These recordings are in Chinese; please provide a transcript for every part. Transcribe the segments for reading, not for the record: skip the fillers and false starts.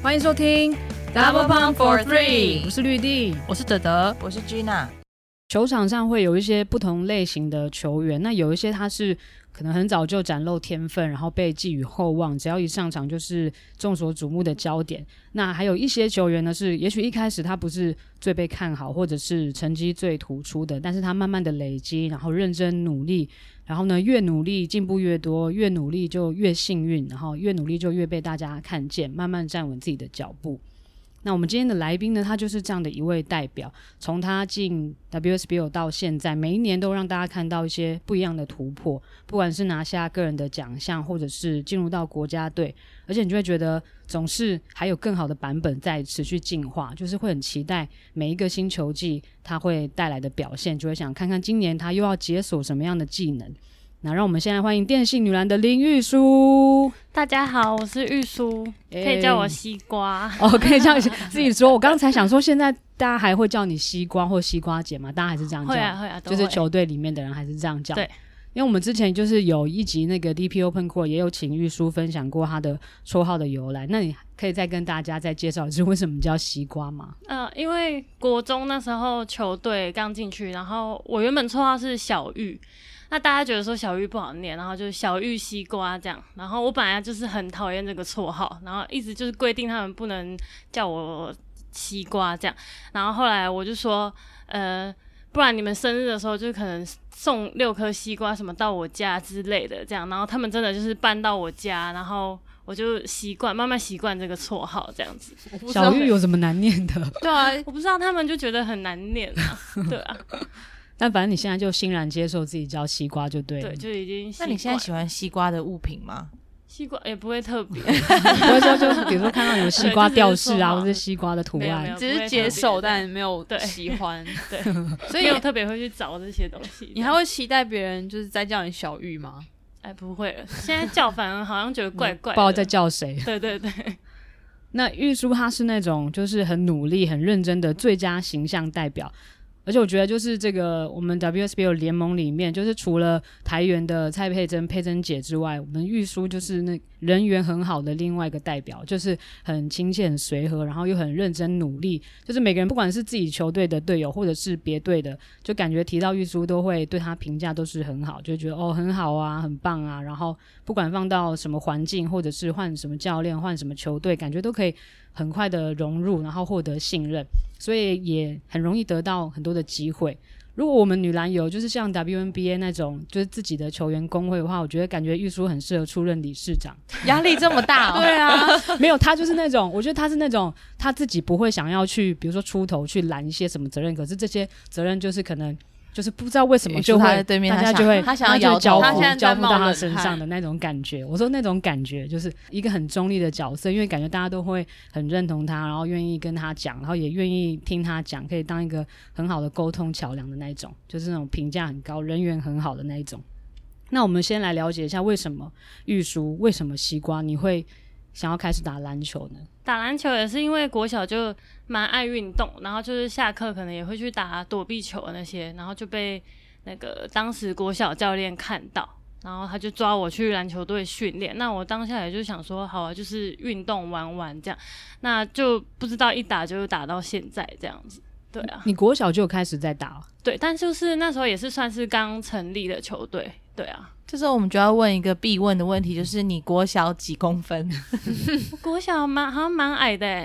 欢迎收听 Double Pump for Three， 我是绿地， 我是德德， 我是 Gina。 球场上会有一些不同类型的球员，那有一些他是可能很早就展露天分，然后被寄予厚望，只要一上场就是众所瞩目的焦点。那还有一些球员呢，是也许一开始他不是最被看好，或者是成绩最突出的，但是他慢慢的累积，然后认真努力，然后呢越努力进步越多，越努力就越幸运，然后越努力就越被大家看见，慢慢站稳自己的脚步。那我们今天的来宾呢，他就是这样的一位代表，从他进 WSBL 到现在，每一年都让大家看到一些不一样的突破，不管是拿下个人的奖项，或者是进入到国家队，而且你就会觉得总是还有更好的版本在持续进化，就是会很期待每一个新球季他会带来的表现，就会想看看今年他又要解锁什么样的技能。那让我们现在欢迎电信女篮的林玉书。 大家好，我是玉书，可以叫我西瓜。 可以这样自己说。我刚才想说，现在大家还会叫你西瓜或西瓜姐吗？大家还是这样叫？ 会啊， 就是球队里面的人还是这样叫。 对， 因为我们之前就是有一集那个 DP Open Court 也有请玉书分享过他的绰号的由来，那你可以再跟大家再介绍一次为什么叫西瓜吗？ 因为国中那时候球队刚进去，然后我原本绰号是小玉。那大家觉得说小玉不好念，然后就是小玉西瓜这样，然后我本来就是很讨厌这个绰号，然后一直就是规定他们不能叫我西瓜这样，然后后来我就说不然你们生日的时候就可能送6颗西瓜什么到我家之类的这样，然后他们真的就是搬到我家，然后我就慢慢习惯这个绰号这样子。 小玉有什么难念的？ 对啊，我不知道，他们就觉得很难念啊。对啊， 但反正你现在就欣然接受自己叫西瓜就对了。 对，就已经习惯。 那你现在喜欢西瓜的物品吗？ 西瓜也不会特别， 不会说就比如说看到有西瓜吊饰啊，或者西瓜的图案， 只是接受，但没有喜欢。 对，所以没有特别会去找这些东西。 你还会期待别人就是在叫你小玉吗？ 不会了，现在叫反而好像觉得怪怪的， 不知道在叫谁。 对对对。 那玉书他是那种就是很努力、很认真的最佳形象代表。而且我觉得就是这个我们 WSBL 联盟里面，就是除了台元的蔡佩珍姐之外，我们玉书就是那人缘很好的另外一个代表，就是很亲切很随和，然后又很认真努力，就是每个人不管是自己球队的队友或者是别队的，就感觉提到玉书都会对他评价都是很好，就觉得很好啊，很棒啊，然后不管放到什么环境或者是换什么教练换什么球队，感觉都可以很快的融入，然后获得信任，所以也很容易得到很多的机会。如果我们女篮有就是像 WNBA 那种就是自己的球员工会的话，我觉得感觉玉书很适合出任理事长。 压力这么大对啊，没有，他就是那种，我觉得他是那种他自己不会想要去比如说出头去揽一些什么责任，可是这些责任就是可能就是不知道为什么就会他在对面， 大家就会他想要交付交到他身上的那种感觉。我说那种感觉就是一个很中立的角色，因为感觉大家都会很认同他，然后愿意跟他讲，然后也愿意听他讲，可以当一个很好的沟通桥梁的那一种，就是那种评价很高、人缘很好的那一种。那我们先来了解一下为什么玉书，为什么西瓜你会想要开始打篮球呢？ 打篮球也是因为国小就蛮爱运动，然后就是下课可能也会去打躲避球那些，然后就被那个当时国小教练看到，然后他就抓我去篮球队训练。那我当下也就想说好啊，就是运动玩玩这样，那就不知道一打就打到现在这样子。对啊， 你国小就开始在打对，但就是那时候也是算是刚成立的球队。对啊， 这时候我们就要问一个必问的问题，就是你国小几公分？ 我国小好像蛮矮的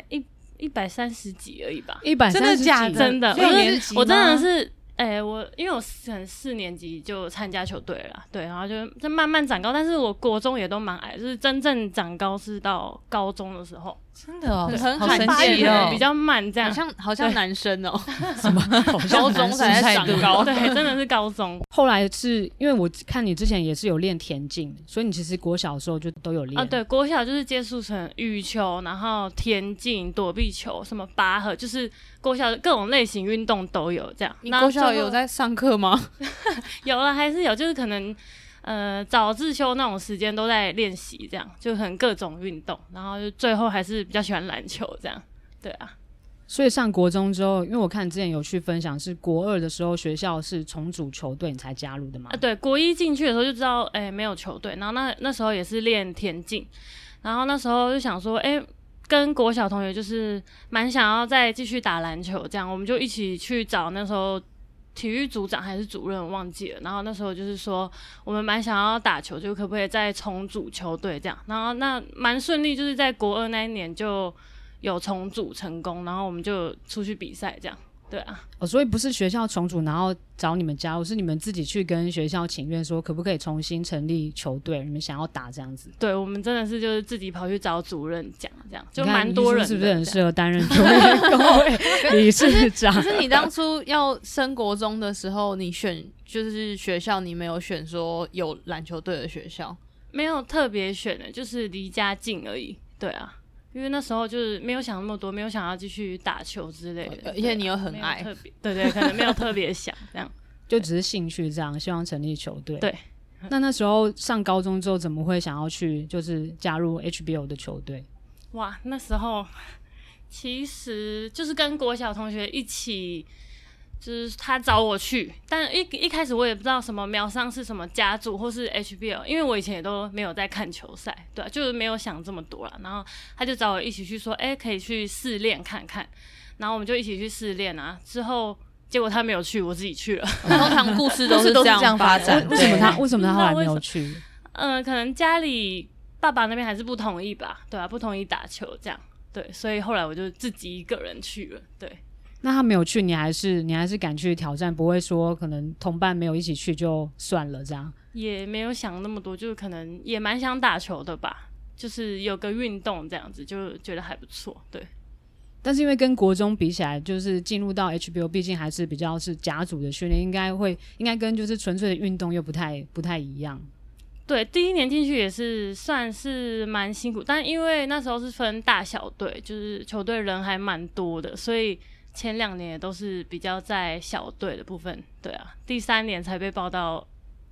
，130几而已吧。 130几？ 真的假的？ 真的，我真的是因为我可能4年级就参加球队了，对，然后就慢慢长高，但是我国中也都蛮矮，就是真正长高是到高中的时候。 真的哦， 很好神奇哦，比较慢这样， 好像男生哦， 什么高中才在长高， 对，真的是高中。 后来是因为我看你之前也是有练田径，所以你其实国小的时候就都有练啊。对，国小就是接触成羽球，然后田径、躲避球，什么拔河，就是国小各种类型运动都有这样。 你国小有在上课吗？ 有了，还是有，就是可能。早自修那种时间都在练习，这样就很各种运动，然后就最后还是比较喜欢篮球这样，对啊。 所以上国中之后，因为我看你之前有去分享，是国2的时候学校是重组球队，你才加入的吗？ 对，国1进去的时候就知道，没有球队，然后那时候也是练田径，然后那时候就想说， 跟国小同学就是蛮想要再继续打篮球，这样我们就一起去找那时候体育组长还是主任忘记了，然后那时候就是说我们蛮想要打球，就可不可以再重组球队这样，然后那蛮顺利，就是在国2那一年就有重组成功，然后我们就出去比赛这样。对啊， 所以不是学校重组然后找你们加入，是你们自己去跟学校请愿说可不可以重新成立球队，你们想要打这样子。 对，我们真的是就是自己跑去找主任讲，这样就蛮多人的。 是不是很适合担任球员工会理事长？ 可是你当初要升国中的时候，你选就是学校，你没有选说有篮球队的学校？ 没有特别选的，就是离家近而已。对啊，因为那时候就是没有想那么多，没有想要继续打球之类的， 而且你又很爱， 特别对，可能没有特别想这样， 就只是兴趣这样，希望成立球队。 对， 那时候上高中之后，怎么会想要去就是加入 HBO 的球队？ 哇，那时候其实就是跟国小同学一起。就是他找我去，但一开始我也不知道什么苗商是什么家族或是 HBL， 因为我以前也都没有在看球赛，对啊，就是没有想这么多啦。然后他就找我一起去说，可以去试练看看。然后我们就一起去试练啊。之后结果他没有去，我自己去了。 通常故事都是这样发展。 为什么他后来没有去？ 可能家里爸爸那边还是不同意吧，对啊，不同意打球这样，对，所以后来我就自己一个人去了，对。 那他没有去，你还是敢去挑战，不会说可能同伴没有一起去就算了这样？ 也没有想那么多，就是可能也蛮想打球的吧，就是有个运动这样子，就觉得还不错，对。 但是因为跟国中比起来，就是进入到 HBO， 毕竟还是比较是甲组的训练，应该跟就是纯粹的运动又不太一样。 对，第一年进去也是算是蛮辛苦，但因为那时候是分大小队，就是球队人还蛮多的，所以前2年也都是比较在小队的部分，对啊，第3年才被报到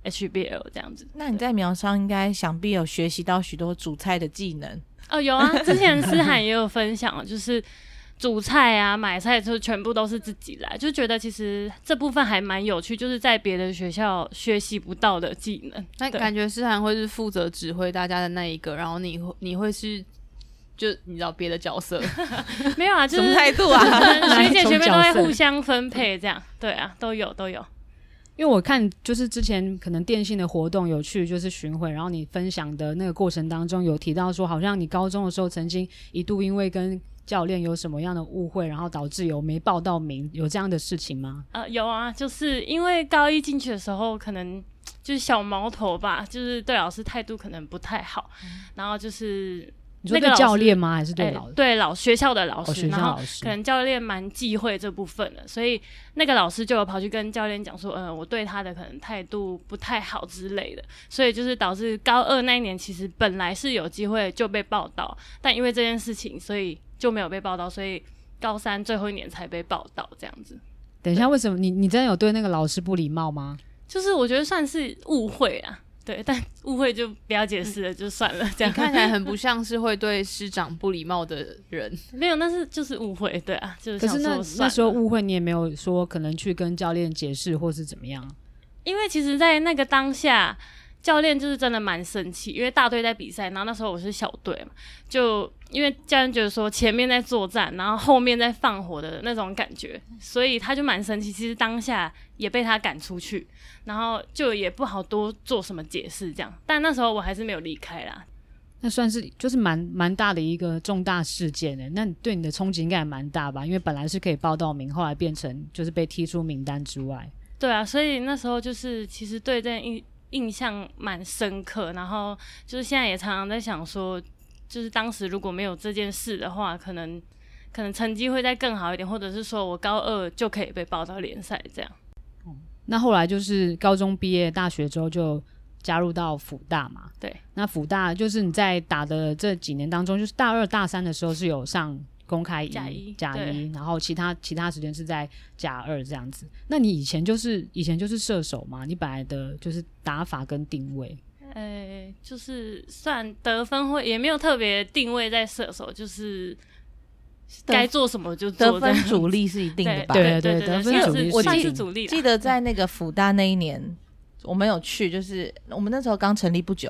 HBL 这样子。 那你在苗商应该想必有学习到许多煮菜的技能哦，有啊，之前思涵也有分享，就是煮菜啊、买菜就全部都是自己来，就觉得其实这部分还蛮有趣，就是在别的学校学习不到的技能。 那感觉思涵会是负责指挥大家的那一个，然后你会是。就你知道别的角色没有啊，就是什么态度啊？ 学姐学妹都会互相分配这样，对啊，都有。 因为我看就是之前可能电信的活动有去就是巡回，然后你分享的那个过程当中有提到说，好像你高中的时候曾经一度因为跟教练有什么样的误会，然后导致有没报到名，有这样的事情吗？ 有啊，就是因为高一进去的时候可能就是小毛头吧，就是对老师态度可能不太好，然后就是你说对教练吗？还是对老师？ 对学校的老师， 然后可能教练蛮忌讳这部分的，所以那个老师就有跑去跟教练讲说，我对他的可能态度不太好之类的，所以就是导致高2那一年其实本来是有机会就被报到，但因为这件事情，所以就没有被报到，所以高3最后1年才被报到这样子。 等一下，为什么你真的有对那个老师不礼貌吗？ 就是我觉得算是误会啊。对，但误会就不要解释了，就算了。这样你看起来很不像是会对师长不礼貌的人。 没有，那是就是误会，对啊，就是想说可是那时候误会，你也没有说可能去跟教练解释或是怎么样？ 因为其实，在那个当下，教练就是真的蛮生气，因为大队在比赛，然后那时候我是小队嘛，就因为教练觉得说前面在作战，然后后面在放火的那种感觉，所以他就蛮生气。其实当下也被他赶出去，然后就也不好多做什么解释这样。但那时候我还是没有离开啦。 那算是就是蛮大的一个重大事件呢。那你对你的冲击应该也蛮大吧？因为本来是可以报到名，后来变成就是被踢出名单之外。 对啊，所以那时候就是其实对这印象蛮深刻，然后就是现在也常常在想说，就是当时如果没有这件事的话，可能成绩会再更好一点，或者是说我高2就可以被报到联赛这样。 那后来就是高中毕业大学之后就加入到辅大嘛。 对， 那辅大就是你在打的这几年当中，就是大2大3的时候是有上公开甲一，然后其他时间是在甲2这样子。那你以前就是射手吗？你本来的就是打法跟定位？ 就是算得分会，也没有特别定位在射手，就是该做什么就做。 得分主力是一定的吧？ 对，得分主力是主力。 记得在那个辅大那一年，我们有去，就是我们那时候刚成立不久，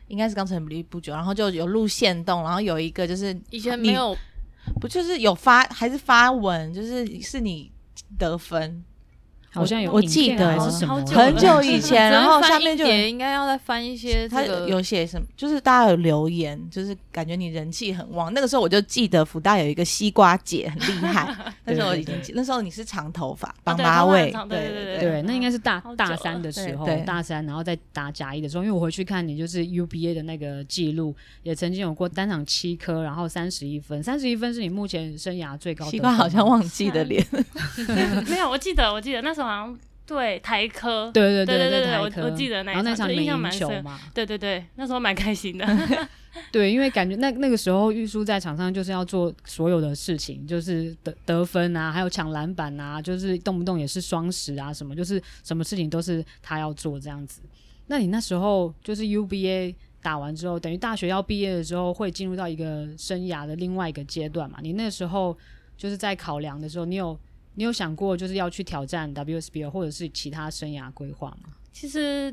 应该是刚成立不久，然后就有录限动，然后有一个就是以前没有， 不就是有发还是发文，就是你得分。 好像有我记得影片还是什么很久以前，然后下面就应该要再翻一些他这个有写什么，就是大家有留言，就是感觉你人气很旺。那个时候我就记得福大有一个西瓜姐很厉害，那时候我已经那时候你是长头发绑马尾， 对，那应该是大三的时候， 对大三，然后再打甲一的时候，因为我回去看你就是 UBA 的那个记录，也曾经有过单场7颗，然后31分，31分是你目前生涯最高的。 西瓜好像忘记的脸， 没有，我记得那时候好像。对台科， 对， 我记得那一场， 然后那场没赢球嘛， 对，那时候蛮开心的。 对，因为感觉那个时候玉书在场上就是要做所有的事情，就是得分啊，还有抢篮板啊，就是动不动也是双10啊，什么就是什么事情都是他要做这样子。那你那时候就是 UBA 打完之后，等于大学要毕业的时候，会进入到一个生涯的另外一个阶段嘛？你那时候就是在考量的时候，你有想过就是要去挑战 WSBL 或者是其他生涯规划吗？ 其实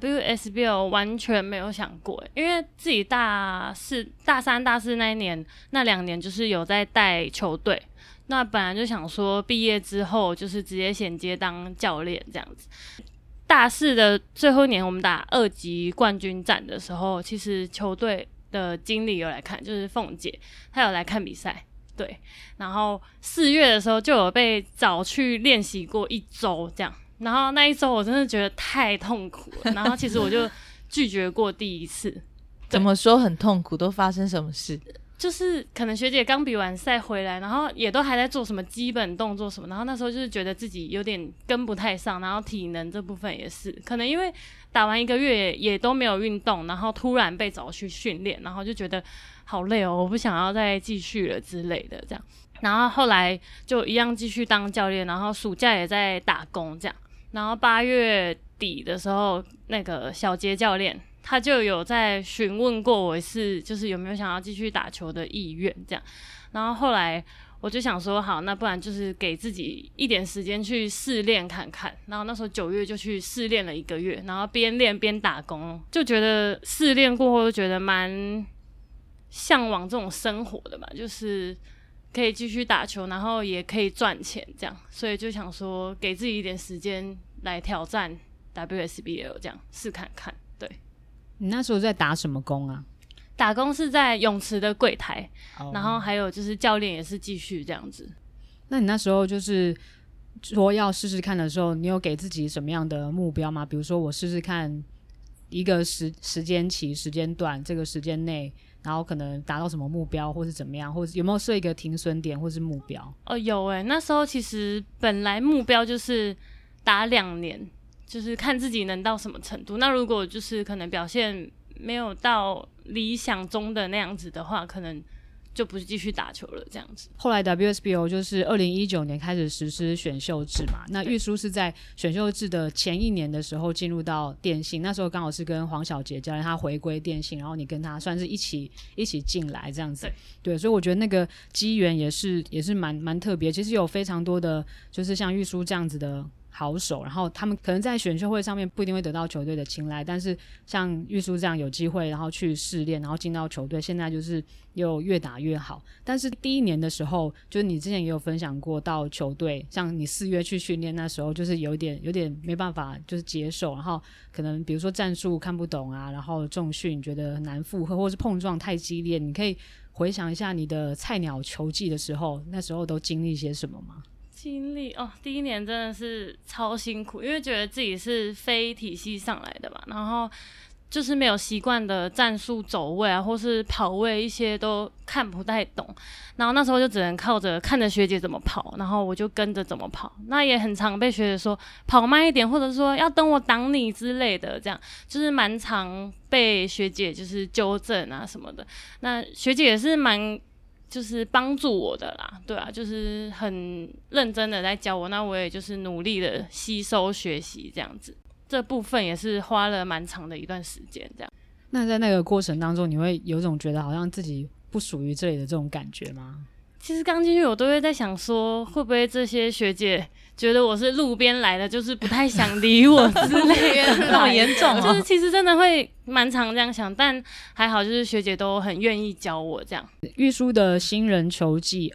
WSBL 完全没有想过，因为自己大三、大4那一年那2年就是有在带球队，那本来就想说毕业之后就是直接衔接当教练这样子。大4的最后一年我们打2级冠军战的时候，其实球队的经理有来看，就是凤姐，她有来看比赛。对，然后4月的时候就有被找去练习过1周这样，然后那1周我真的觉得太痛苦了，然后其实我就拒绝过第1次。 怎么说很痛苦？都发生什么事？ 就是可能学姐刚比完赛回来，然后也都还在做什么基本动作什么，然后那时候就是觉得自己有点跟不太上，然后体能这部分也是可能因为打完1个月也都没有运动，然后突然被找去训练，然后就觉得好累哦，我不想要再继续了之类的这样。然后后来就一样继续当教练，然后暑假也在打工这样。然后8月底的时候，那个小杰教练他就有在询问过我一次，就是有没有想要继续打球的意愿这样。然后后来我就想说，好，那不然就是给自己一点时间去试练看看。然后那时候9月就去试练了1个月，然后边练边打工，就觉得试练过后就觉得蛮向往这种生活的吧，就是可以继续打球，然后也可以赚钱这样，所以就想说给自己一点时间来挑战 WSBL 这样试看看。对， 你那时候在打什么工啊？ 打工是在泳池的柜台，然后还有就是教练也是继续这样子。 那你那时候就是说要试试看的时候，你有给自己什么样的目标吗？比如说我试试看一个时间期、时间段，这个时间内，然后可能达到什么目标，或是怎么样，或者有没有设一个停损点，或是目标？ 有欸，那时候其实本来目标就是打2年，就是看自己能到什么程度。那如果就是可能表现没有到理想中的那样子的话，可能就不继续打球了这样子。 后来 WSBL 就是2019年开始实施选秀制嘛，那玉书是在选秀制的前1年的时候进入到电信，那时候刚好是跟黄小杰教练他回归电信，然后你跟他算是一起进来这样子。对，所以我觉得那个机缘也是蛮特别。其实有非常多的就是像玉书这样子的好手，然后他们可能在选秀会上面不一定会得到球队的青睐，但是像玉书这样有机会然后去试炼，然后进到球队，现在就是又越打越好。但是第1年的时候，就是你之前也有分享过，到球队像你4月去训练，那时候就是有点没办法就是接受，然后可能比如说战术看不懂啊，然后重训觉得很难负荷，或是碰撞太激烈。你可以回想一下你的菜鸟球季的时候，那时候都经历些什么吗？ 经历第1年真的是超辛苦，因为觉得自己是非体系上来的吧，然后就是没有习惯的战术走位啊，或是跑位一些都看不太懂，然后那时候就只能靠着看着学姐怎么跑，然后我就跟着怎么跑。那也很常被学姐说跑慢一点，或者说要等我挡你之类的，这样就是蛮常被学姐就是纠正啊什么的。那学姐也是蛮就是帮助我的啦，对啊，就是很认真的在教我，那我也就是努力的吸收学习这样子，这部分也是花了蛮长的一段时间这样。 那在那个过程当中，你会有种觉得好像自己不属于这里的这种感觉吗？ 其实刚进去我都会在想说，会不会这些学姐觉得我是路边来的，就是不太想理我之类的。 那么严重就是其实真的会蛮常这样想，但还好就是学姐都很愿意教我这样。 玉书的新人球季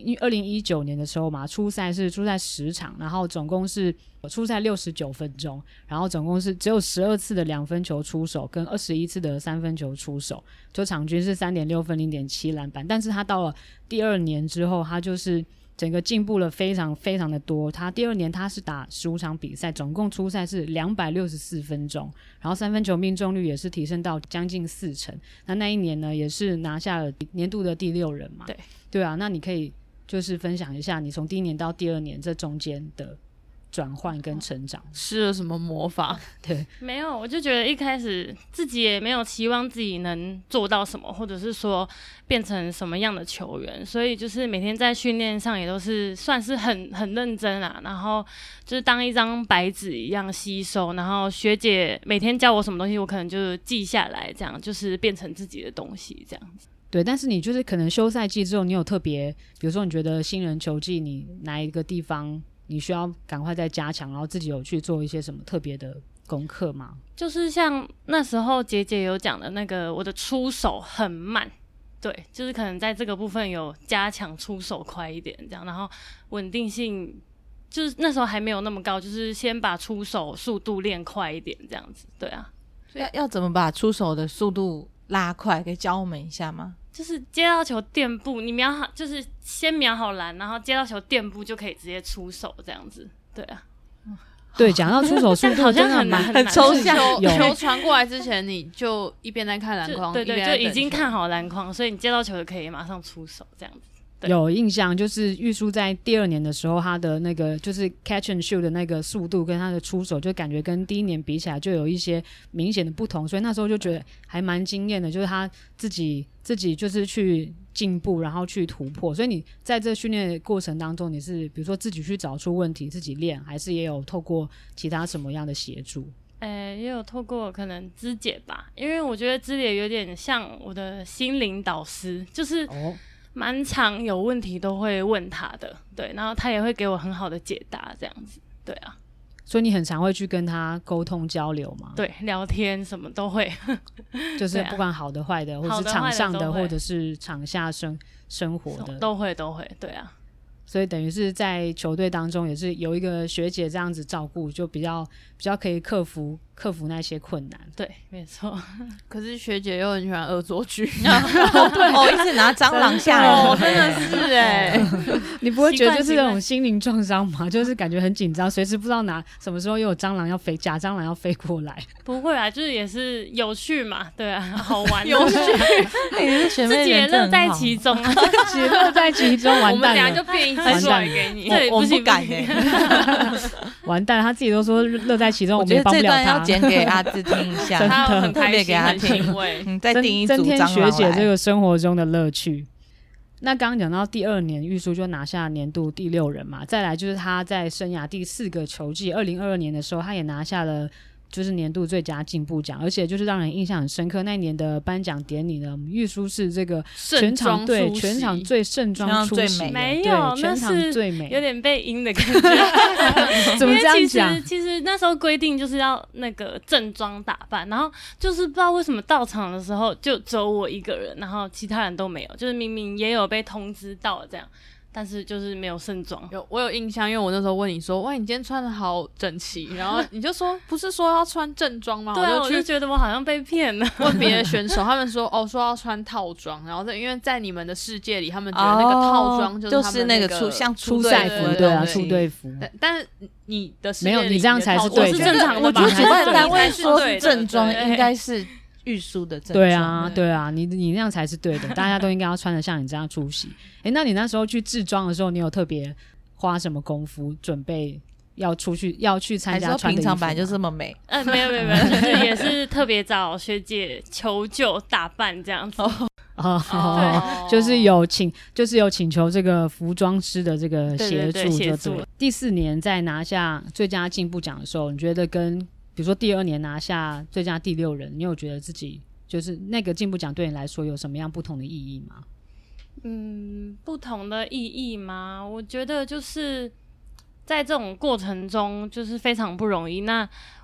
2019年的时候嘛，初赛10场，然后总共是初赛69分钟，然后总共是只有12次的2分球出手跟21次的3分球出手，就场均是3.6分 0.7 篮板。但是他到了第2年之后，他就是整个进步了非常非常的多。他第2年他是打15场比赛，总共出赛是264分钟，然后3分球命中率也是提升到将近40%。那一年呢，也是拿下了年度的第6人嘛。对啊，那你可以就是分享一下你从第1年到第2年这中间的转换跟成长。 施了什么魔法？ 对， 没有，我就觉得一开始自己也没有期望自己能做到什么，或者是说变成什么样的球员，所以就是每天在训练上也都是算是很认真啊，然后就是当一张白纸一样吸收，然后学姐每天教我什么东西，我可能就记下来，这样就是变成自己的东西这样子。 对，但是你就是可能休赛季之后，你有特别，比如说你觉得新人球季你哪一个地方你需要赶快再加强，然后自己有去做一些什么特别的功课吗？ 就是像那时候姐姐有讲的那个，我的出手很慢，对，就是可能在这个部分有加强出手快一点这样，然后稳定性就是那时候还没有那么高，就是先把出手速度练快一点这样子，对啊。 要怎么把出手的速度拉快？可以教我们一下吗？ 就是接到球垫步，你瞄好，就是先瞄好篮，然后接到球垫步就可以直接出手这样子，对啊。 对，讲到出手速度好像真的蛮很抽象。 球传过来之前，你就一边在看篮筐， 对，就已经看好。 好篮筐，所以你接到球就可以马上出手这样子。 有印象，就是玉书在第2年的时候，他的那个就是 catch and shoot 的那个速度跟他的出手，就感觉跟第1年比起来就有一些明显的不同，所以那时候就觉得还蛮惊艳的，就是他自己就是去进步，然后去突破。所以你在这训练的过程当中，你是比如说自己去找出问题自己练，还是也有透过其他什么样的协助？ 也有透过可能芝姐吧，因为我觉得芝姐有点像我的心灵导师，就是蛮常有问题都会问他的，对，然后他也会给我很好的解答，这样子，对啊。 所以你很常会去跟他沟通交流吗？ 对，聊天什么都会， 就是不管好的坏的，或者是场上的，或者是场下生活的， 都会，对啊。 所以等于是在球队当中也是有一个学姐这样子照顾，就比较可以克服那些困难。 对，没错。 可是学姐又很喜欢恶作剧， 一直拿蟑螂吓人， 真的是哎。 你不会觉得就是那种心灵创伤吗？就是感觉很紧张，随时不知道什么时候又有蟑螂要飞，假蟑螂要飞过来。 不会啊，就是也是有趣嘛，对啊，好玩， 有趣。自己也乐在其中啊， 自己乐在其中，完蛋了。 我们俩就变一只出来给你， 对，我不敢完蛋了，他自己都说乐在其中， 我觉得这段要剪给阿志听一下， 他很特别给他听，再订一组增添蟑螂学姐这个生活中的乐趣。那刚刚讲到第2年，玉书就拿下年度第6人嘛，再来就是他在生涯第4个球季2022年的时候，他也拿下了就是年度最佳进步奖，而且就是让人印象很深刻。那一年的颁奖典礼呢，玉书是这个全场最盛装出席， 没有， 全场最美， 有点被阴的感觉。 怎么这样讲？ 其实那时候规定就是要那个正装打扮，然后就是不知道为什么到场的时候就只有我一个人，然后其他人都没有，就是明明也有被通知到这样。但是就是没有盛装。 我有印象，因为我那时候问你说，哇，你今天穿的好整齐，然后你就说不是说要穿正装吗？ 对啊，我就觉得我好像被骗了。 问别的选手，他们说说要穿套装，然后因为在你们的世界里，他们觉得那个套装就是那个像出赛服，对啊，出队服。 但是你的世界没有，你这样才是对的。 我是正常的吧？ 我觉得主办单位说是正装，应该是玉书的正装。 对啊，你那样才是对的，大家都应该要穿得像你这样出席。那你那时候去制装的时候，你有特别花什么功夫准备要去参加穿的衣服吗？ 平常本来就这么美？ 没有，就是也是特别找学姐求救打扮这样子。 就是有请求这个服装师的这个协助。第4年在拿下最佳进步奖的时候，你觉得跟比如说第2年拿下最佳第6人，你有觉得自己就是那个进步奖对你来说有什么样不同的意义吗？ 不同的意义吗？我觉得就是在这种过程中就是非常不容易。那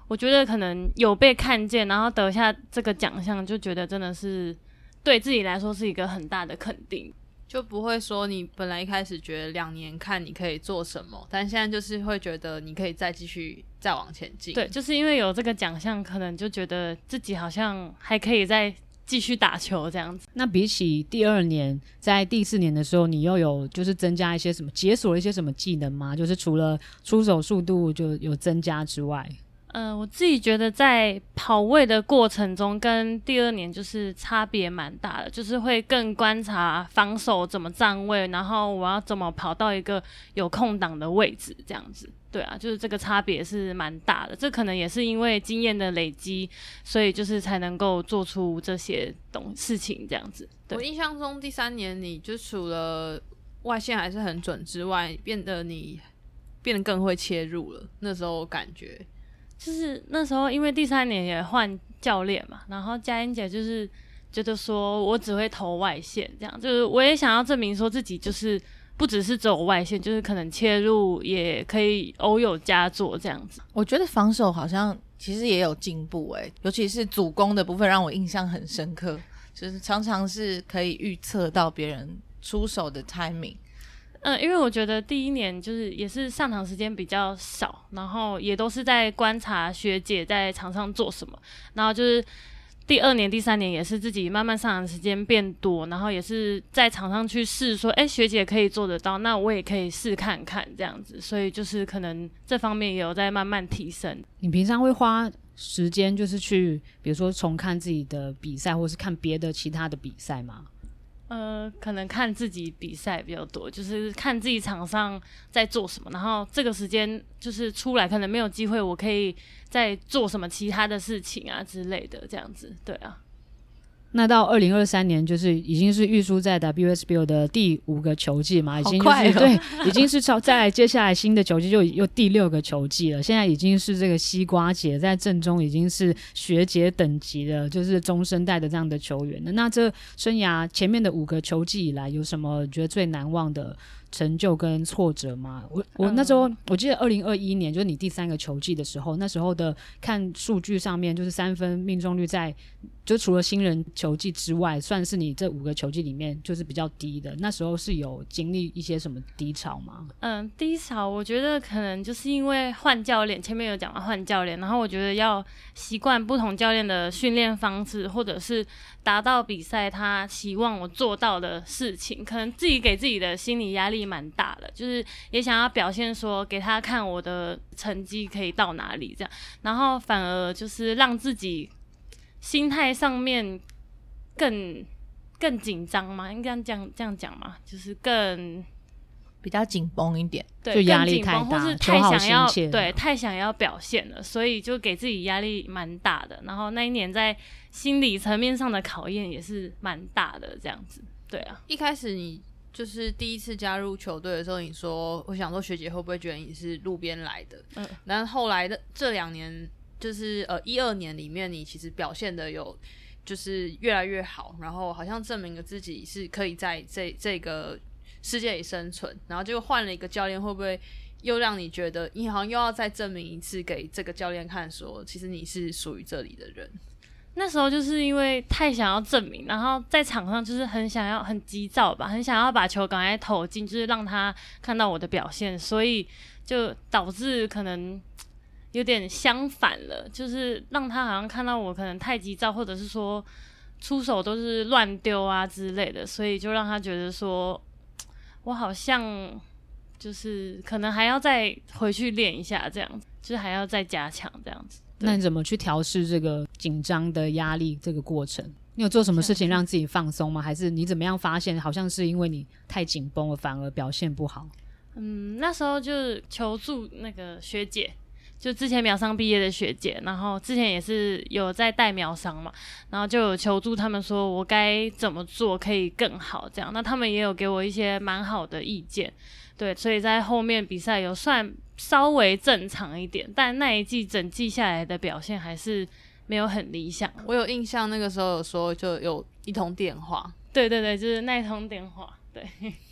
我觉得可能有被看见，然后得下这个奖项，就觉得真的是对自己来说是一个很大的肯定。 就不会说你本来一开始觉得2年看你可以做什么，但现在就是会觉得你可以再继续再往前进。 对，就是因为有这个奖项，可能就觉得自己好像还可以再继续打球这样子。 那比起第2年，在第4年的时候，你又有就是增加一些什么，解锁了一些什么技能吗？就是除了出手速度就有增加之外。 我自己觉得在跑位的过程中跟第2年就是差别蛮大的，就是会更观察防守怎么站位，然后我要怎么跑到一个有空档的位置这样子。对啊，就是这个差别是蛮大的，这可能也是因为经验的累积，所以就是才能够做出这些事情这样子。对， 我印象中第3年你就除了外线还是很准之外，变得更会切入了，那时候感觉就是那时候因为第3年也换教练嘛，然后嘉欣姐就是觉得说我只会投外线，这样就是我也想要证明说自己就是不只是只有外线，就是可能切入也可以偶有佳作这样子。 我觉得防守好像其实也有进步尤其是主攻的部分让我印象很深刻，就是常常是可以预测到别人出手的 timing。 因为我觉得第1年就是也是上场时间比较少，然后也都是在观察学姐在场上做什么，然后就是第2年、第3年也是自己慢慢上场时间变多，然后也是在场上去试说，学姐可以做得到，那我也可以试看看这样子，所以就是可能这方面也有在慢慢提升。 你平常会花时间就是去比如说重看自己的比赛，或是看别的其他的比赛吗？ 可能看自己比赛比较多，就是看自己场上在做什么，然后这个时间就是出来可能没有机会，我可以再做什么其他的事情啊之类的这样子。对啊， 那到2023年就是已经是玉书在 WSBL 的第5个球季嘛，已经就是对，已经是再接下来新的球季就又第6个球季了。现在已经是这个西瓜姐在阵中已经是学姐等级的，就是中生代的这样的球员了。那这生涯前面的5个球季以来，有什么觉得最难忘的成就跟挫折吗？我那时候我记得2021年就是你第3个球季的时候，那时候的看数据上面就是3分命中率在就除了新人球季之外，算是你这5个球季里面就是比较低的。那时候是有经历一些什么低潮吗？ 低潮我觉得可能就是因为换教练，前面有讲到换教练，然后我觉得要习惯不同教练的训练方式，或者是达到比赛他期望我做到的事情，可能自己给自己的心理压力蛮大的，就是也想要表现说给他看我的成绩可以到哪里这样，然后反而就是让自己心态上面更紧张吗？应该这样讲吗？就是更比较紧绷一点， 对， 就压力太大， 或是太想要对太想要表现了，所以就给自己压力蛮大的。然后那一年在心理层面上的考验也是蛮大的，这样子。对啊， 一开始你就是第一次加入球队的时候，你说我想说学姐会不会觉得你是路边来的？但后来的这2年，就是12年里面，你其实表现的有就是越来越好，然后好像证明了自己是可以在这个世界里生存，然后就换了一个教练，会不会又让你觉得你好像又要再证明一次给这个教练看说其实你是属于这里的人？ 那时候就是因为太想要证明，然后在场上就是很急躁吧，很想要把球赶快投进，就是让他看到我的表现，所以就导致可能有点相反了，就是让他好像看到我可能太急躁，或者是说出手都是乱丢啊之类的，所以就让他觉得说我好像就是可能还要再回去练一下，这样子就是还要再加强这样子。 那你怎么去调试这个紧张的压力这个过程？你有做什么事情让自己放松吗？还是你怎么样发现好像是因为你太紧绷了反而表现不好？ 那时候就是求助那个学姐，就之前苗商毕业的学姐，然后之前也是有在带苗商嘛，然后就有求助他们说我该怎么做可以更好这样，那他们也有给我一些蛮好的意见，对，所以在后面比赛有算稍微正常一点，但那一季整季下来的表现还是没有很理想。 我有印象那个时候有说就有一通电话， 对对对，就是那一通电话，对。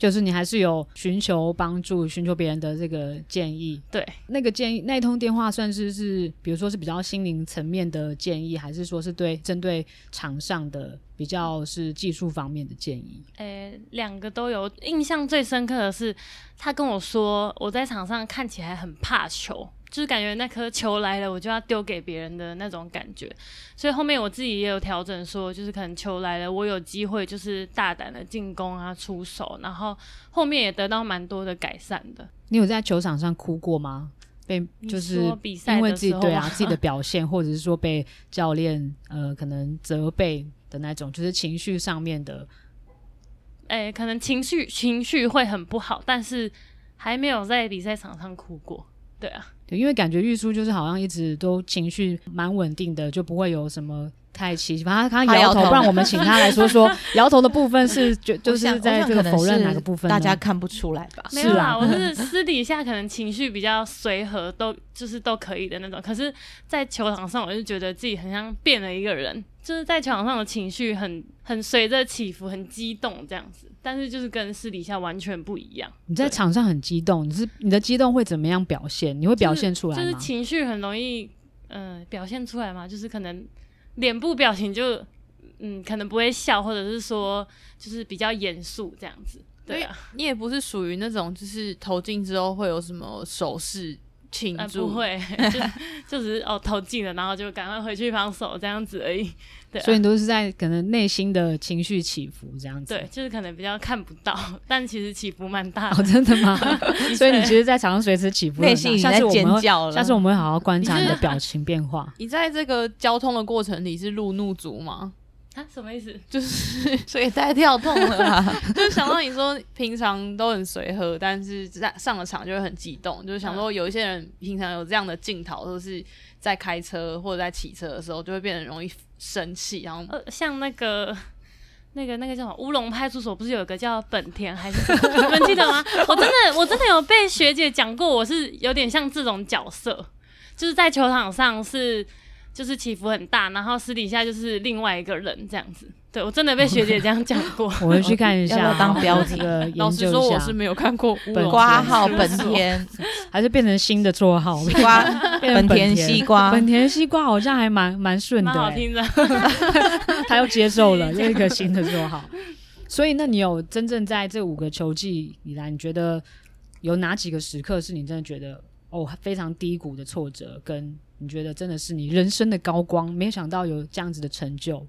就是你还是有寻求帮助，寻求别人的这个建议。 对， 那个建议那一通电话算是比如说是比较心灵层面的建议，还是说是针对场上的比较是技术方面的建议？ 两个都有。印象最深刻的是他跟我说我在场上看起来很怕球，就是感觉那颗球来了我就要丢给别人的那种感觉，所以后面我自己也有调整说，就是可能球来了我有机会就是大胆的进攻啊出手，然后后面也得到蛮多的改善的。 你有在球场上哭过吗？就是因为自己对啊自己的表现，或者是说被教练可能责备的那种，就是情绪上面的。 可能情绪会很不好，但是还没有在比赛场上哭过。对啊， 对，因为感觉玉书就是好像一直都情绪蛮稳定的，就不会有什么太奇，反正他摇头，不然我们请他来说摇头的部分是就是在这个否认哪个部分呢？ 大家看不出来吧？ 没有啦，我是私底下可能情绪比较随和，都可以的那种。可是，在球场上，我就觉得自己很像变了一个人，就是在球场上的情绪很随着起伏，很激动这样子。但是就是跟私底下完全不一样。 你在场上很激动，你的激动会怎么样表现？你会表现出来吗？ 就是情绪很容易表现出来嘛，就是可能脸部表情就可能不会笑，或者是说就是比较严肃这样子。对啊， 你也不是属于那种就是投进之后会有什么手势庆祝， 不会，就只是投进了，然后就赶快回去防守这样子而已。对啊， 所以你都是在可能内心的情绪起伏这样子。 对，就是可能比较看不到，但其实起伏蛮大的。 哦，真的吗？所以你其实在场上随时起伏很大， 内心已经在尖叫了。 下次我们会好好观察你的表情变化。 你在这个交通的过程里是路怒族吗？ 什么意思？ 就是所以太跳痛了啦。 就是想到你说平常都很随和，但是在上了场就会很激动，就是想说有一些人平常有这样的镜头，都是在开车或者在骑车的时候就会变得容易生气，然后像那个叫什么乌龙派出所，不是有一个叫本田还是什么？你们记得吗？我真的有被学姐讲过，我是有点像这种角色，就是在球场上就是起伏很大，然后私底下就是另外一个人这样子。对，我真的被学姐这样讲过。 我会去看一下， 要当标题的研究一下。 老实说，我是没有看过挂号本田， 还是变成新的绰号？ 本田西瓜， 本田西瓜好像还蛮顺的， 蛮好听的。 他又接受了又一个新的绰号。所以，那你有真正在这5个球季以来，你觉得有哪几个时刻是你真的觉得非常低谷的挫折，跟你觉得真的是你人生的高光？没有想到有这样子的成就。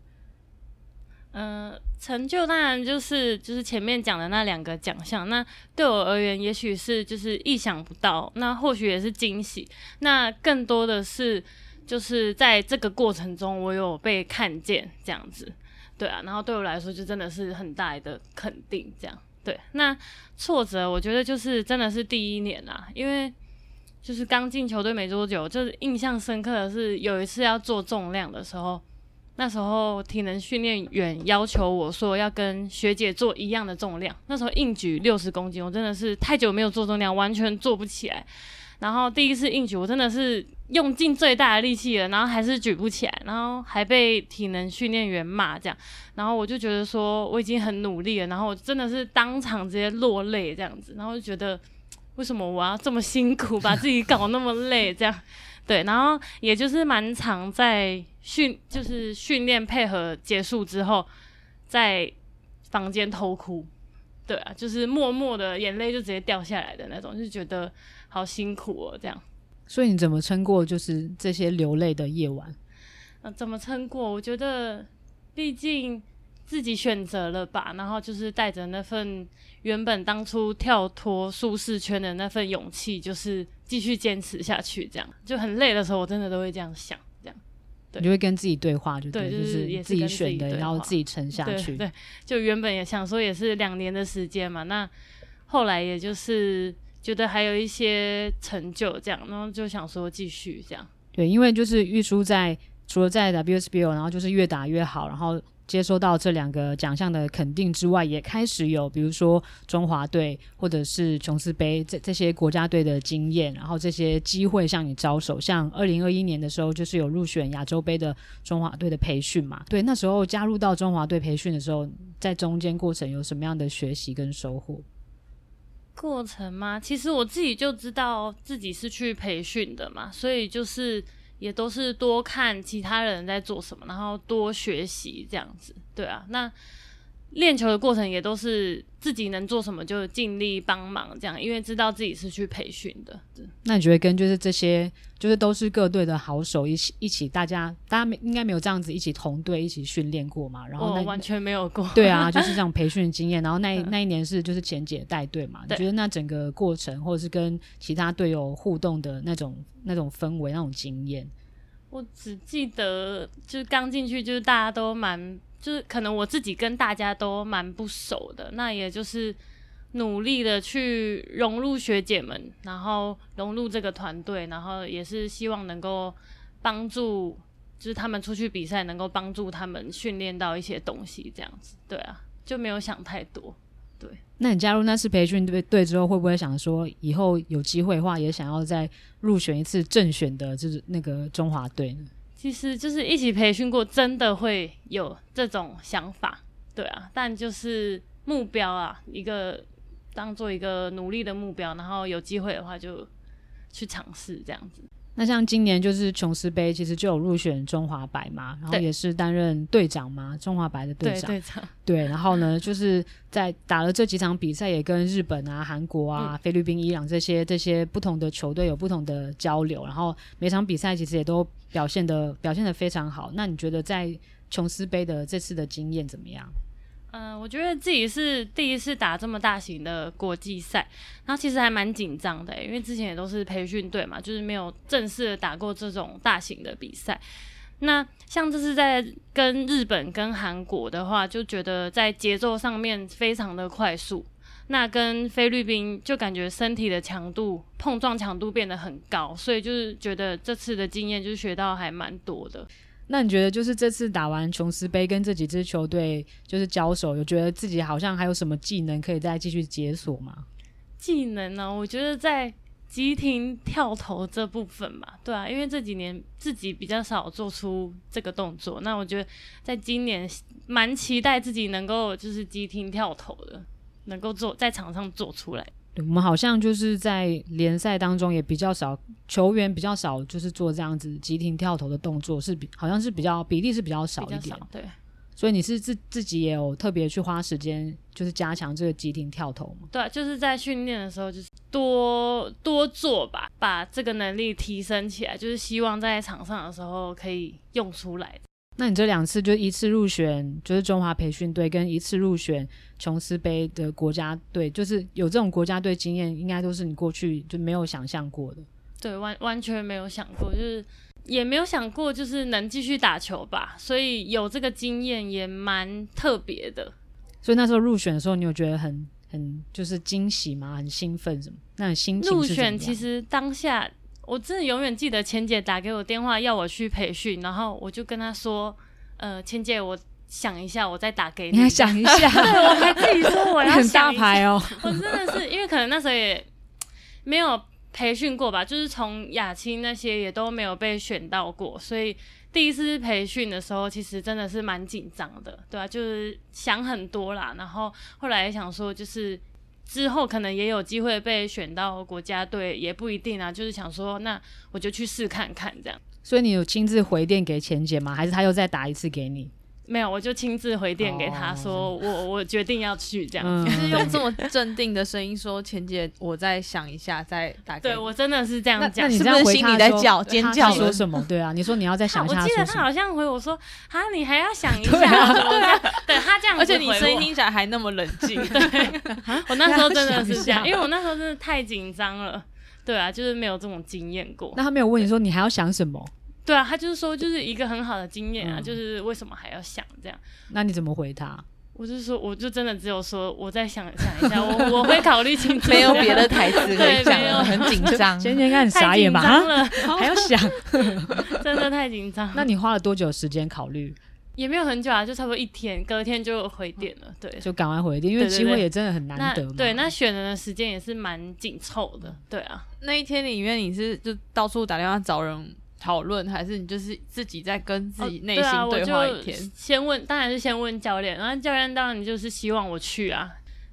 成就当然就是前面讲的那2个奖项，那对我而言也许是就是意想不到，那或许也是惊喜，那更多的是就是在这个过程中我有被看见这样子。对啊，然后对我来说就真的是很大的肯定这样。对，那挫折我觉得就是真的是第1年啦，因为就是刚进球队没多久，就是印象深刻的是有一次要做重量的时候，那时候体能训练员要求我说要跟学姐做一样的重量，那时候硬举60公斤，我真的是太久没有做重量，完全做不起来。然后第一次硬举，我真的是用尽最大的力气了，然后还是举不起来，然后还被体能训练员骂这样。然后我就觉得说我已经很努力了，然后我真的是当场直接落泪这样子，然后就觉得为什么我要这么辛苦，把自己搞那么累这样。对，然后也就是蛮常在就是训练配合结束之后，在房间偷哭。对啊，就是默默的眼泪就直接掉下来的那种，就觉得好辛苦哦这样。 所以你怎么撑过就是这些流泪的夜晚？ 怎么撑过？我觉得毕竟自己选择了吧，然后就是带着那份原本当初跳脱舒适圈的那份勇气，就是继续坚持下去这样。就很累的时候我真的都会这样想这样。对， 你就会跟自己对话， 对， 就是自己选的，然后自己撑下去。 对，就原本也想说也是2年的时间嘛，那后来也就是觉得还有一些成就这样，然后就想说继续这样。 对，因为就是玉书除了在 WSBL 然后就是越打越好，然后接收到这2个奖项的肯定之外，也开始有比如说中华队或者是琼斯杯这些国家队的经验，然后这些机会向你招手。像2021年的时候就是有入选亚洲杯的中华队的培训嘛。对，那时候加入到中华队培训的时候，在中间过程有什么样的学习跟收获？ 过程吗？其实我自己就知道自己是去培训的嘛，所以就是也都是多看其他人在做什么，然后多学习这样子。对啊，那练球的过程也都是自己能做什么就尽力帮忙这样，因为知道自己是去培训的。 那你觉得跟就是这些就是都是各队的好手一起大家应该没有这样子一起同队一起训练过嘛？然后我完全没有过。 对啊，就是这样培训经验。然后那一年是就是钱姐带队嘛，你觉得那整个过程或者是跟其他队友互动的那种氛围那种经验？ 我只记得就是刚进去就是大家都就是可能我自己跟大家都蛮不熟的，那也就是努力的去融入学姐们，然后融入这个团队，然后也是希望能够帮助，就是他们出去比赛能够帮助他们训练到一些东西这样子。对啊，就没有想太多。对， 那你加入那次培训队之后，会不会想说以后有机会的话，也想要再入选一次正选的，就是那个中华队呢？ 其实就是一起培训过，真的会有这种想法，对啊，但就是目标啊，当做一个努力的目标，然后有机会的话就去尝试这样子。 那像今年就是琼斯杯，其实就有入选中华白嘛，然后也是担任队长嘛，中华白的队长。 对，队长。 对，然后呢，就是在打了这几场比赛，也跟日本啊、韩国啊、菲律宾、伊朗这些不同的球队有不同的交流，然后每场比赛其实也都表现得非常好。那你觉得在琼斯杯的这次的经验怎么样？ 我觉得自己是第一次打这么大型的国际赛，然后其实还蛮紧张的，因为之前也都是培训队嘛，就是没有正式的打过这种大型的比赛。那像这次在跟日本跟韩国的话，就觉得在节奏上面非常的快速。那跟菲律宾就感觉身体的强度、碰撞强度变得很高，所以就是觉得这次的经验就是学到还蛮多的。 那你觉得就是这次打完琼斯杯跟这几支球队就是交手，有觉得自己好像还有什么技能可以再继续解锁吗？ 技能呢？我觉得在急停跳投这部分吧，对啊，因为这几年自己比较少做出这个动作，那我觉得在今年蛮期待自己能够就是急停跳投的，能够在场上做出来。 对，我们好像就是在联赛当中也比较少，球员比较少就是做这样子急停跳投的动作，好像是比例是比较少一点。 对， 所以你是自己也有特别去花时间就是加强这个急停跳投吗？ 对啊，就是在训练的时候就是多做吧，把这个能力提升起来，就是希望在场上的时候可以用出来。 那你这2次就一次入选就是中华培训队，跟一次入选琼斯杯的国家队，就是有这种国家队经验，应该都是你过去就没有想象过的。 对，完全没有想过，就是也没有想过就是能继续打球吧，所以有这个经验也蛮特别的。 所以那时候入选的时候，你有觉得很就是惊喜吗？很兴奋什么？那你心情是怎么样？ 入选其实当下我真的永远记得钱姐打给我电话要我去培训，然后我就跟她说钱姐我想一下我再打给你。 你还想一下？ 对，我还自己说我要想一下。 很大牌哦。 我真的是因为可能那时候也没有培训过吧，就是从亚青那些也都没有被选到过，所以第一次培训的时候其实真的是蛮紧张的，对啊，就是想很多啦，然后后来也想说就是之后可能也有机会被选到国家队，也不一定啊，就是想说那我就去试看看这样。 所以你有亲自回电给钱姐吗？还是他又再打一次给你？ 没有，我就亲自回电给他说我决定要去这样。 就是用这么镇定的声音说钱姐我再想一下再打给你。 对，我真的是这样讲。 那你这样回他是不是心里在叫尖叫？ 他说什么？对啊，你说你要再想一下。 我记得他好像回我说啊，你还要想一下。对他这样子回我， 而且你声音听起来还那么冷静。 对，我那时候真的是这样，因为我那时候真的太紧张了。对啊，就是没有这种经验过。 那他没有问你说你还要想什么？ 对啊，他就是说就是一个很好的经验啊，就是为什么还要想这样？ 那你怎么回他？ 我就说，我就真的只有说我再想一下，我会考虑清楚。 没有别的台词可以讲了，很紧张。 前天应该很傻眼吧？ 太紧张了， 还要想， 真的太紧张。 那你花了多久时间考虑？ 也没有很久啊，就差不多1天，隔天就回电了。对， 就赶快回电，因为机会也真的很难得嘛。 对，那选人的时间也是蛮紧凑的。对啊， 那一天里面你是就到处打电话找人讨论，还是你就是自己在跟自己内心对话一天？ 当然是先问教练，然后教练当然就是希望我去啊。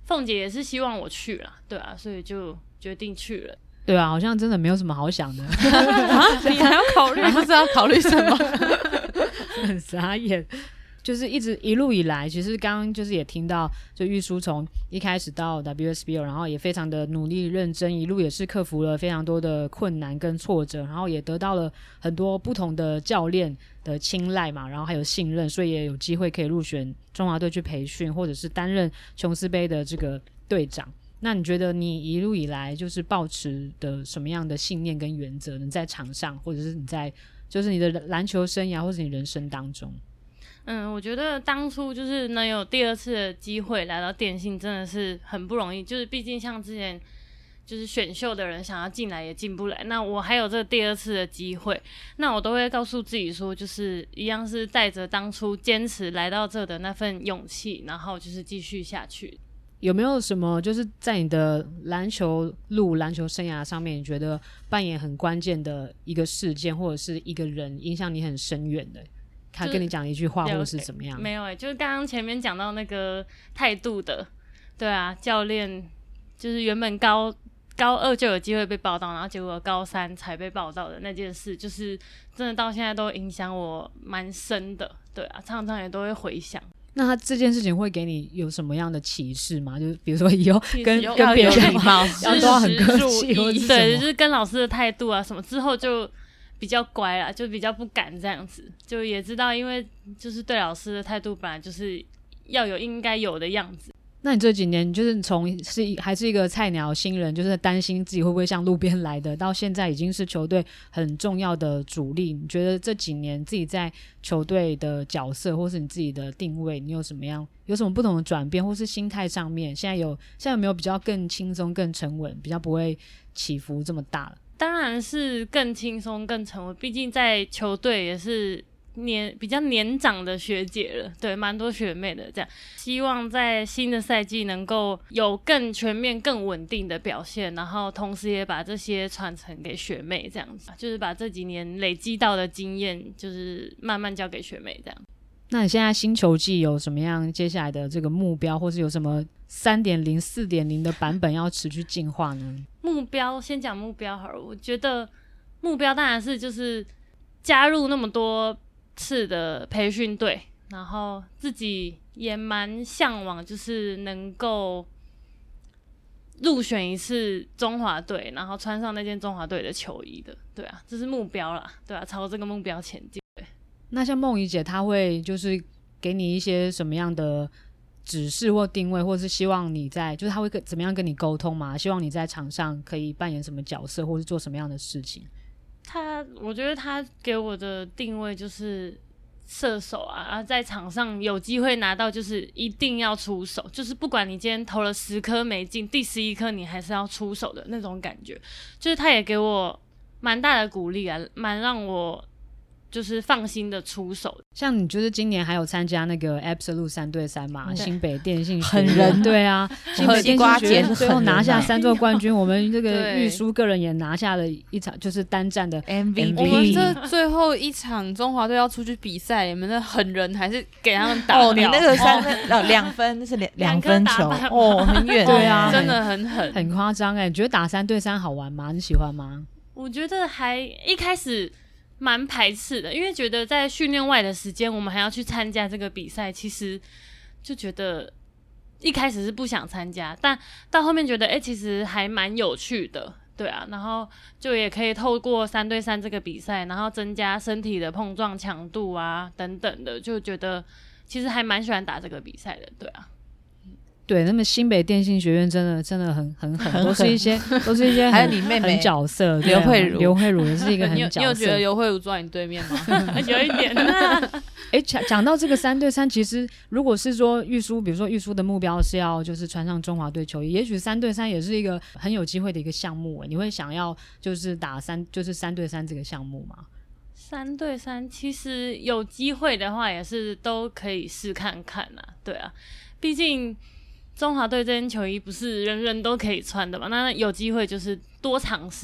凤姐也是希望我去啦，对啊，所以就决定去了。 对啊，好像真的没有什么好想的你还要考虑，不知道考虑什么， 很傻眼。就是一路以来，其实刚刚就是也听到，就玉书从一开始到 WSBL， 然后也非常的努力认真，一路也是克服了非常多的困难跟挫折，然后也得到了很多不同的教练的青睐嘛，然后还有信任，所以也有机会可以入选中华队去培训，或者是担任琼斯杯的这个队长。那你觉得你一路以来就是抱持的什么样的信念跟原则，能在场上，或者是你在就是你的篮球生涯或者你人生当中？ 我觉得当初就是能有第二次的机会来到电信，真的是很不容易。就是毕竟像之前就是选秀的人想要进来也进不来，那我还有这个第二次的机会，那我都会告诉自己说，就是一样是带着当初坚持来到这的那份勇气，然后就是继续下去。 有没有什么就是在你的篮球生涯上面，你觉得扮演很关键的一个事件，或者是一个人影响你很深远的？他跟你讲一句话，或者是怎么样？ 没有就是刚刚前面讲到那个态度的，对啊，教练就是原本高2就有机会被报到，然后结果高3才被报到的那件事，就是真的到现在都影响我蛮深的，对啊，常常也都会回想。 那他这件事情会给你有什么样的启示吗？就是比如说以后跟要别人有礼貌都要很客气，或者是对，就是跟老师的态度啊什么，之后就比较乖啦，就比较不敢这样子，就也知道，因为就是对老师的态度本来就是要有应该有的样子。 那你这几年就是还是一个菜鸟新人，就是担心自己会不会像路边来的，到现在已经是球队很重要的主力。你觉得这几年自己在球队的角色，或是你自己的定位，你有什么不同的转变，或是心态上面，现在有没有比较更轻松、更沉稳，比较不会起伏这么大了？ 当然是更轻松、更沉稳，毕竟在球队也是比较年长的学姐了，对，蛮多学妹的这样。希望在新的赛季能够有更全面、更稳定的表现，然后同时也把这些传承给学妹，这样子，就是把这几年累积到的经验，就是慢慢交给学妹这样。 那你现在新球季有什么样接下来的这个目标，或是有什么 3.0 4.0 的版本要持续进化呢？ 目标先讲目标好了，我觉得目标当然是就是加入那么多次的培训队，然后自己也蛮向往就是能够入选一次中华队，然后穿上那件中华队的球衣的，对啊，这是目标啦，对啊，朝这个目标前进。 那像梦怡姐，她会就是给你一些什么样的指示或定位，或是希望你在，就是她会怎么样跟你沟通嘛？希望你在场上可以扮演什么角色，或是做什么样的事情？ 我觉得他给我的定位就是射手啊，在场上有机会拿到就是一定要出手，就是不管你今天投了10颗没进，第11颗你还是要出手的那种感觉。就是他也给我蛮大的鼓励啊，蛮让我就是放心的出手。 像你就是今年还有参加那个 Absolute 3对3嘛，新北电信很人对啊，新北电信学院最后拿下3座冠军，我们这个玉书个人也拿下了一场就是单战的 MVP。 我们这最后一场中华队要出去比赛，你们的狠人还是给他们打掉。 你那个3分2分是2分球很远， 对啊， 真的很狠， 很夸张你觉得打3对3好玩吗？你喜欢吗？ 我觉得还一开始蛮排斥的，因为觉得在训练外的时间我们还要去参加这个比赛，其实就觉得一开始是不想参加，但到后面觉得其实还蛮有趣的，对啊，然后就也可以透过3对3这个比赛，然后增加身体的碰撞强度啊等等的，就觉得其实还蛮喜欢打这个比赛的，对啊。 对，那么新北电信学院真的很狠，都是一些还有你妹妹很角色， 刘慧茹也是一个很角色。 你有觉得刘慧茹坐在你对面吗？ 有一点。 讲到这个3对3，其实如果是说玉书，比如说玉书的目标是要就是穿上中华队球衣，也许3对3也是一个很有机会的一个项目。你会想要就是打3对3这个项目吗 ？3对3其实有机会的话也是都可以试看看啊，对啊，毕竟中华队这件球衣不是人人都可以穿的嘛，那有机会就是多尝试。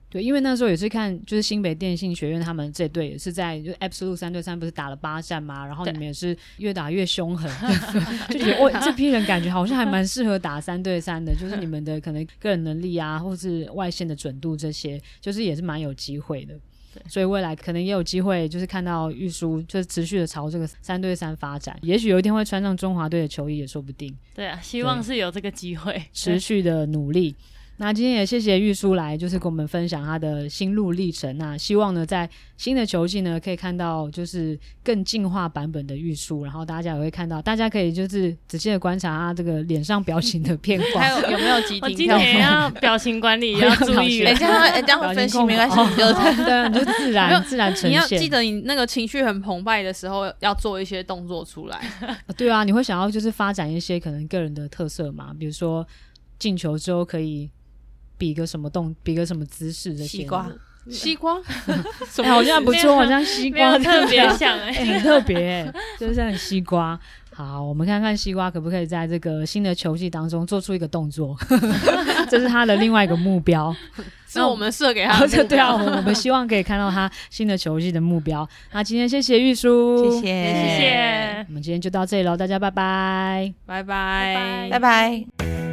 对，因为那时候也是看，就是新北电信学院他们这队也是在就 Absolute 3对3不是打了8战嘛，然后你们也是越打越凶狠，就觉得这批人感觉好像还蛮适合打3对3的，就是你们的可能个人能力啊，或是外线的准度这些，就是也是蛮有机会的。所以未来可能也有机会，就是看到玉书就是持续的朝这个3对3发展，也许有一天会穿上中华队的球衣也说不定。 对啊，希望是有这个机会， 持续的努力。那今天也谢谢玉书来，就是跟我们分享他的心路历程。那希望呢，在新的球季呢，可以看到就是更进化版本的玉书，然后大家也会看到，大家可以就是仔细的观察他这个脸上表情的变化， 还有没有急停跳？ 今年要表情管理也要注意， 人家会分析，没关系，你就对，你就自然呈现。 你要记得，你那个情绪很澎湃的时候，要做一些动作出来。 对啊，你会想要就是发展一些可能个人的特色嘛，比如说进球之后可以比个什么姿势这些。 西瓜好像不错，好像西瓜特别像很特别就是很西瓜。好，我们看看西瓜可不可以在这个新的球季当中做出一个动作，这是他的另外一个目标， 是我们设给他的目标。 对啊，我们希望可以看到他新的球季的目标。那今天谢谢玉书， 谢谢， 谢谢， 我们今天就到这里咯，大家拜拜， 拜拜， 拜拜。